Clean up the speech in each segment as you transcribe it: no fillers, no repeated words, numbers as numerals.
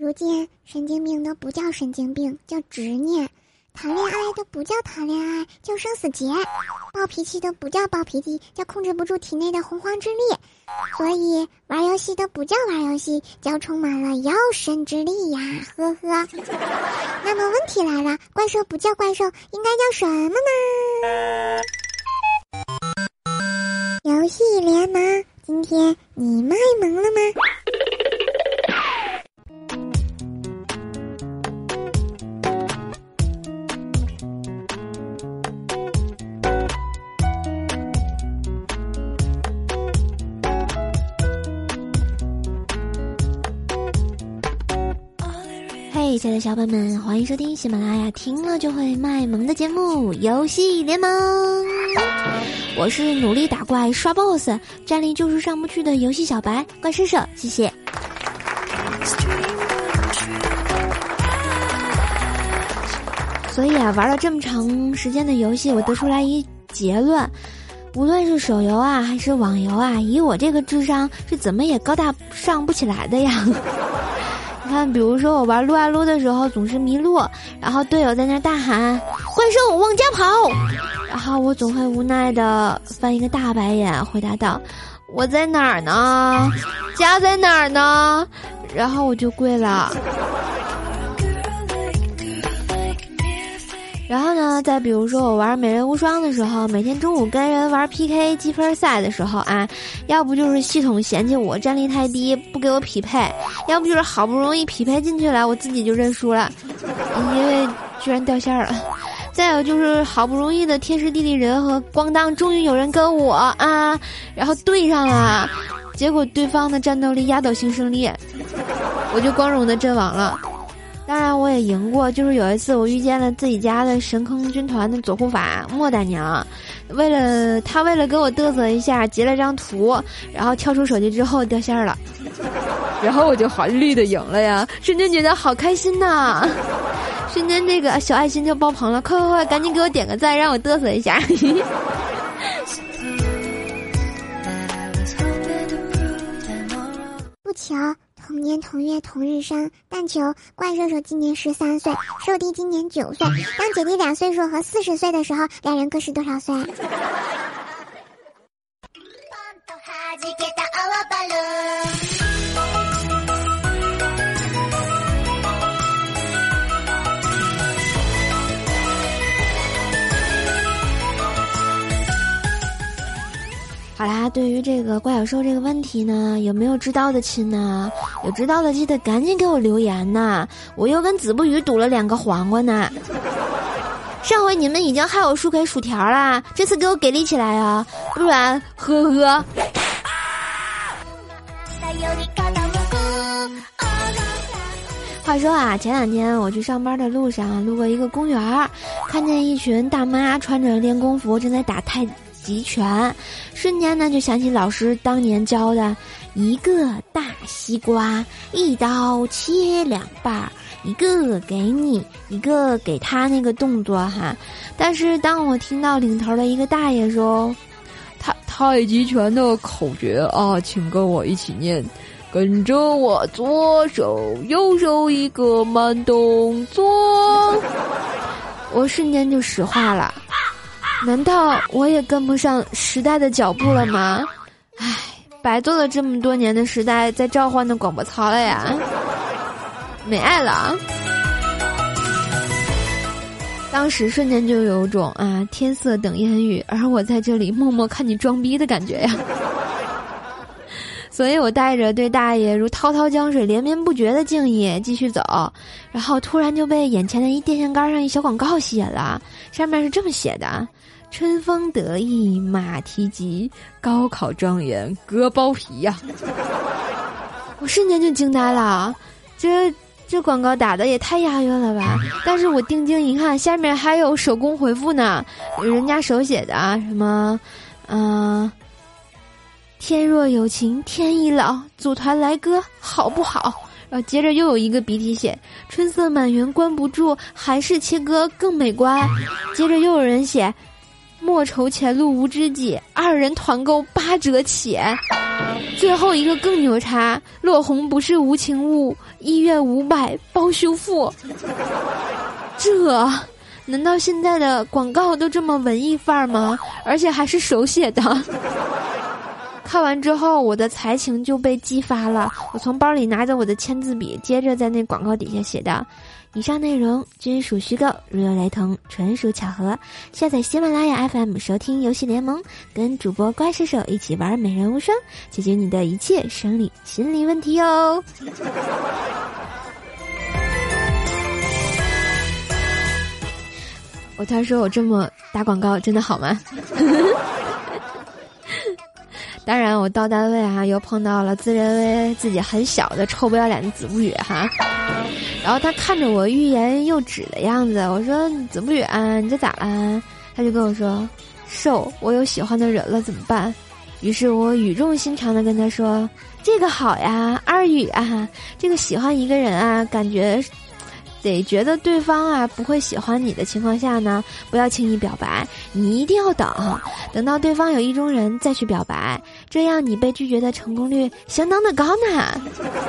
如今神经病都不叫神经病，叫执念；谈恋爱都不叫谈恋爱，叫生死劫；暴脾气都不叫暴脾气，叫控制不住体内的洪荒之力。所以玩游戏都不叫玩游戏，叫充满了妖神之力呀，呵呵。那么问题来了，怪兽不叫怪兽，应该叫什么呢？游戏联盟，今天你卖萌了吗？嘿，亲爱的小伙伴们，欢迎收听喜马拉雅听了就会卖萌的节目《游戏联盟》。我是努力打怪刷 BOSS， 战力就是上不去的游戏小白怪兽手，谢谢。所以啊，玩了这么长时间的游戏，我得出来一结论：无论是手游啊还是网游啊，以我这个智商是怎么也高大上不起来的呀。你看，比如说我玩撸啊撸的时候总是迷路，然后队友在那大喊怪兽往家跑，然后我总会无奈的翻一个大白眼回答道我在哪儿呢，家在哪儿呢，然后我就跪了。然后呢，再比如说我玩美人无双的时候，每天中午跟人玩 PK 积分赛的时候啊，要不就是系统嫌弃我战力太低不给我匹配，要不就是好不容易匹配进去了，我自己就认输了，因为居然掉线了。再有就是好不容易的天时地利人和，咣当终于有人跟我啊，然后对上了，结果对方的战斗力压倒性胜利，我就光荣的阵亡了。当然我也赢过，就是有一次我遇见了自己家的神坑军团的左护法莫大娘，为了跟我嘚瑟一下截了张图，然后跳出手机之后掉线了，然后我就华丽的赢了呀，瞬间觉得好开心呐，瞬间这个小爱心就爆棚了，快赶紧给我点个赞让我嘚瑟一下。不求同年同月同日生，但求怪兽手今年13岁，兽弟今年9岁。当姐弟2岁数和40岁的时候，两人各是多少岁？好啦，对于这个怪小兽这个问题呢，有没有知道的亲呢？有知道的记得赶紧给我留言呐！我又跟子不语赌了2个黄瓜呢。上回你们已经害我输给薯条啦，这次给我给力起来啊，不然呵呵。话说啊，前2天我去上班的路上，路过一个公园，看见一群大妈穿着练功服正在打太极拳，瞬间呢就想起老师当年教的一个大西瓜一刀切2半，一个给你一个给他那个动作哈。但是当我听到领头的一个大爷说太极拳的口诀啊，请跟我一起念，跟着我左手右手一个慢动作，我瞬间就石化了。难道我也跟不上时代的脚步了吗？唉，白做了这么多年的时代在召唤的广播操了呀，没爱了。当时瞬间就有种天色等烟雨，而我在这里默默看你装逼的感觉呀。所以我带着对大爷如滔滔江水连绵不绝的敬意继续走，然后突然就被眼前的一电线杆上一小广告吸引了，上面是这么写的：春风得意马蹄疾，高考状元割包皮呀。我瞬间就惊呆了，这广告打的也太押韵了吧。但是我定睛一看，下面还有手工回复呢，人家手写的什么天若有情天亦老，组团来歌好不好？然后接着又有一个笔体写春色满园关不住，还是切割更美观。接着又有人写莫愁前路无知己，2人团购8折起。 最后一个更牛叉，落红不是无情物，1月500包修复。这难道现在的广告都这么文艺范儿吗？而且还是手写的。看完之后我的才情就被激发了，我从包里拿着我的签字笔，接着在那广告底下写道：以上内容均属虚构，如有雷同纯属巧合。下载喜马拉雅 FM 收听游戏联盟，跟主播怪兽手一起玩美人无双，解决你的一切生理心理问题哟。我突然说我这么打广告真的好吗？当然我到单位又碰到了自认为自己很小的臭不要脸的子不语然后他看着我欲言又止的样子，我说子不语你这咋了？他就跟我说瘦，我有喜欢的人了怎么办？于是我语重心长的跟他说，这个好呀，二语这个喜欢一个人感觉得觉得对方不会喜欢你的情况下呢，不要轻易表白，你一定要等到对方有意中人再去表白，这样你被拒绝的成功率相当的高呢。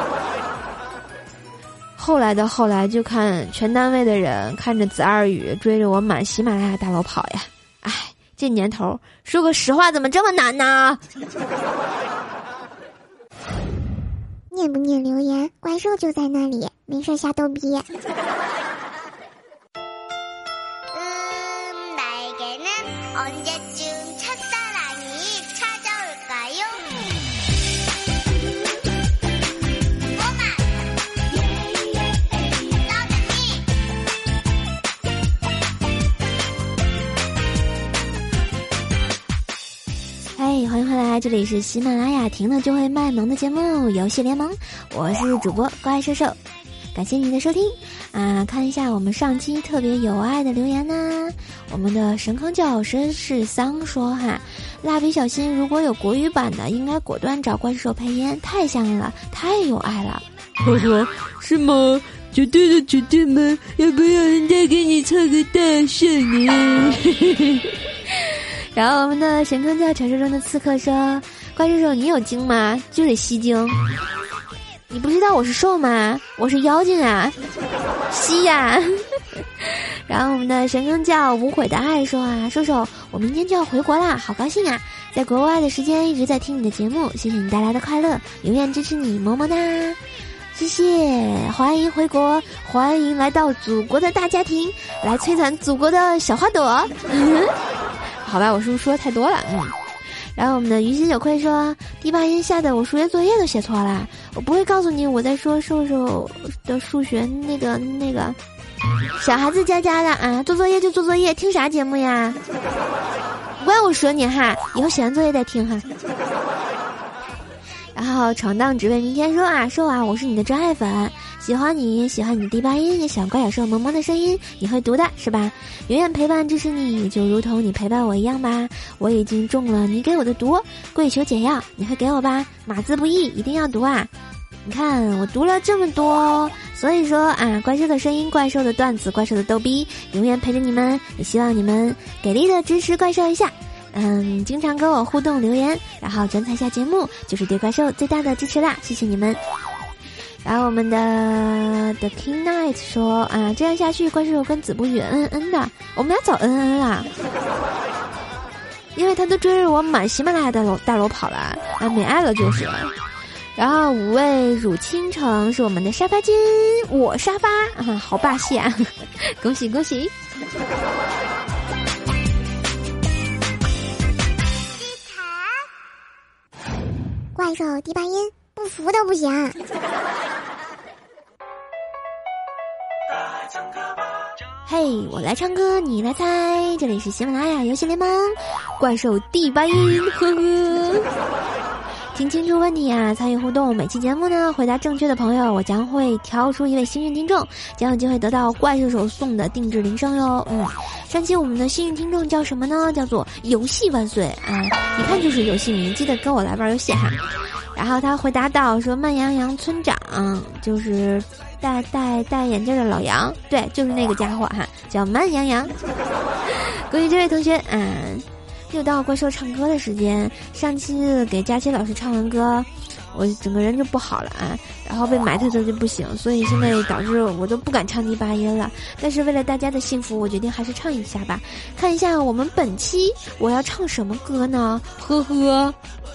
后来就看全单位的人看着子二语追着我满喜马拉雅大楼跑呀，这年头说个实话怎么这么难呢？ 念不念留言，怪兽就在那里，没事瞎逗逼。 나에게는 언제쯤 첫사랑이 찾아올까요? 嗨，欢迎回来，这里是喜马拉雅停了就会卖萌的节目游戏联盟，我是主播怪兽兽，感谢您的收听看一下我们上期特别有爱的留言呢。我们的神坑教绅士桑说蜡笔小新如果有国语版的，应该果断找怪兽配音，太像了，太有爱了。 我说是吗？绝对的绝对吗？要不要人家给你唱个大圣呢？ 然后我们的神坑教传说中的刺客说，怪兽兽你有精吗？就得吸精。你不知道我是兽吗？我是妖精吸呀。然后我们的神坑教无悔的爱说兽兽我明天就要回国啦，好高兴在国外的时间一直在听你的节目，谢谢你带来的快乐，永远支持你，么么哒，谢谢，欢迎回国，欢迎来到祖国的大家庭，来摧残祖国的小花朵。好吧，我是不是说的太多了？然后我们的于心有愧说，第8音下的我数学作业都写错了，我不会告诉你我在说兽兽的数学那个小孩子家的做作业就做作业，听啥节目呀？不怪我说你以后写完作业再听然后闯荡只为明天说兽我是你的真爱粉，喜欢你第8音，也喜欢怪小兽萌萌的声音，你会读的是吧？永远陪伴支持你，就如同你陪伴我一样吧。我已经中了你给我的毒，跪求解药，你会给我吧？码字不易，一定要读你看我读了这么多，所以说怪兽的声音，怪兽的段子，怪兽的逗逼，永远陪着你们，也希望你们给力的支持怪兽一下。经常跟我互动留言，然后转采下节目，就是对怪兽最大的支持啦，谢谢你们。然后我们的 The King Knight 说这样下去怪兽跟子不语恩的，我们俩早恩啦，因为他都追着我满喜马拉雅大楼跑了没爱了就是。然后5位汝倾城是我们的沙发君，我沙发好霸气恭喜恭喜。 怪兽第8音不服都不行。 嘿，我来唱歌你来猜，这里是喜马拉雅游戏联盟，怪兽第8音，呵呵。听清楚问题参与互动，每期节目呢回答正确的朋友，我将会挑出1位幸运听众，将有机会得到怪兽手送的定制铃声哟。上期我们的幸运听众叫什么呢？叫做游戏万岁一看就是游戏名，记得跟我来玩游戏然后他回答到说慢羊羊村长就是戴眼镜的老杨，对，就是那个家伙叫慢羊羊。恭喜这位同学又到怪兽唱歌的时间。上期给佳琪老师唱完歌，我整个人就不好了啊，然后被埋汰的就不行，所以现在导致我都不敢唱低八音了。但是为了大家的幸福，我决定还是唱一下吧。看一下我们本期我要唱什么歌呢？呵呵。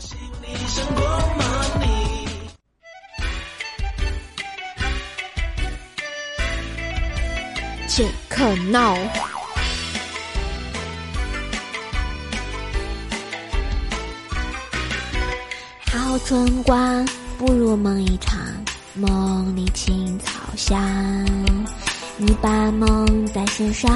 切克闹。好春光，不如梦一场，梦里青草香。你把梦在身上，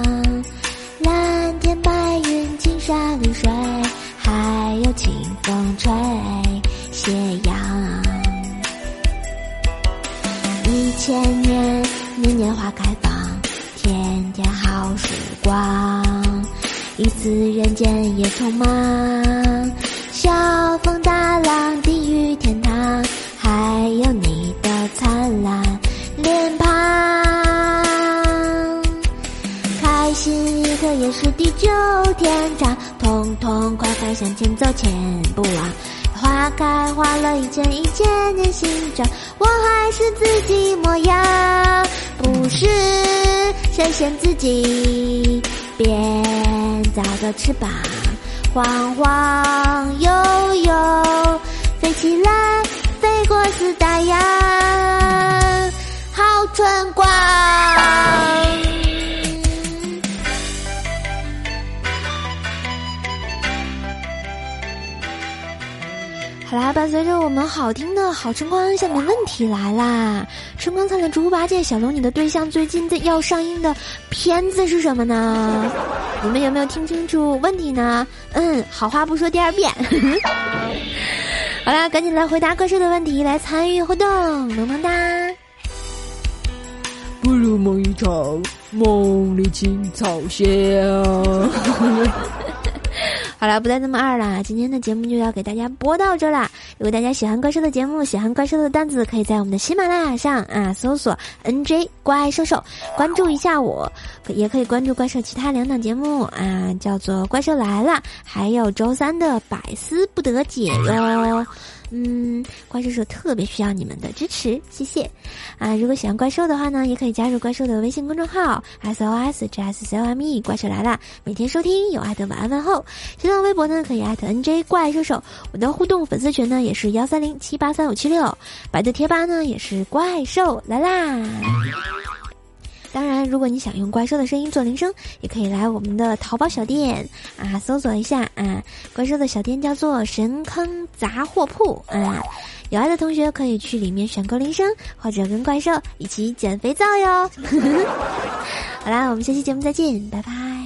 蓝天白云，青山绿水，还有清风吹斜阳。1000年，年年花开放，天天好时光。一次人间也匆忙，小风大浪，地狱天堂，还有你的灿烂脸庞。开心一刻也是地久天长，痛痛快快向前走，前不忘。花开花落，一件一件念心着，我还是自己模样，不是神仙自己编造的翅膀，晃晃悠悠飞起来，飞过4大洋，好春光。好啦，伴随着我们好听的好春光，下面问题来啦。春光灿烂猪八戒，小龙你的对象最近要上映的片子是什么呢？你们有没有听清楚问题呢？好话不说第二遍。好啦，赶紧来回答各式的问题，来参与互动，萌萌哒。 不如梦一场，梦里青草香。 好了，不再那么二了，今天的节目就要给大家播到这啦。如果大家喜欢怪兽的节目，喜欢怪兽的段子，可以在我们的喜马拉雅上搜索 NJ 怪兽兽，关注一下我，也可以关注怪兽其他2档节目叫做怪兽来了，还有周3的百思不得解哟。怪兽兽特别需要你们的支持，谢谢如果喜欢怪兽的话呢，也可以加入怪兽的微信公众号 SOSJSCOME 怪兽来啦，每天收听有爱的晚安问候。新浪微博呢可以@NJ 怪兽兽，我的互动粉丝群呢也是130783576，百度贴吧呢也是怪兽来啦。当然，如果你想用怪兽的声音做铃声，也可以来我们的淘宝小店搜索一下怪兽的小店叫做神坑杂货铺有爱的同学可以去里面选购铃声，或者跟怪兽一起减肥皂哟。好啦，我们下期节目再见，拜拜。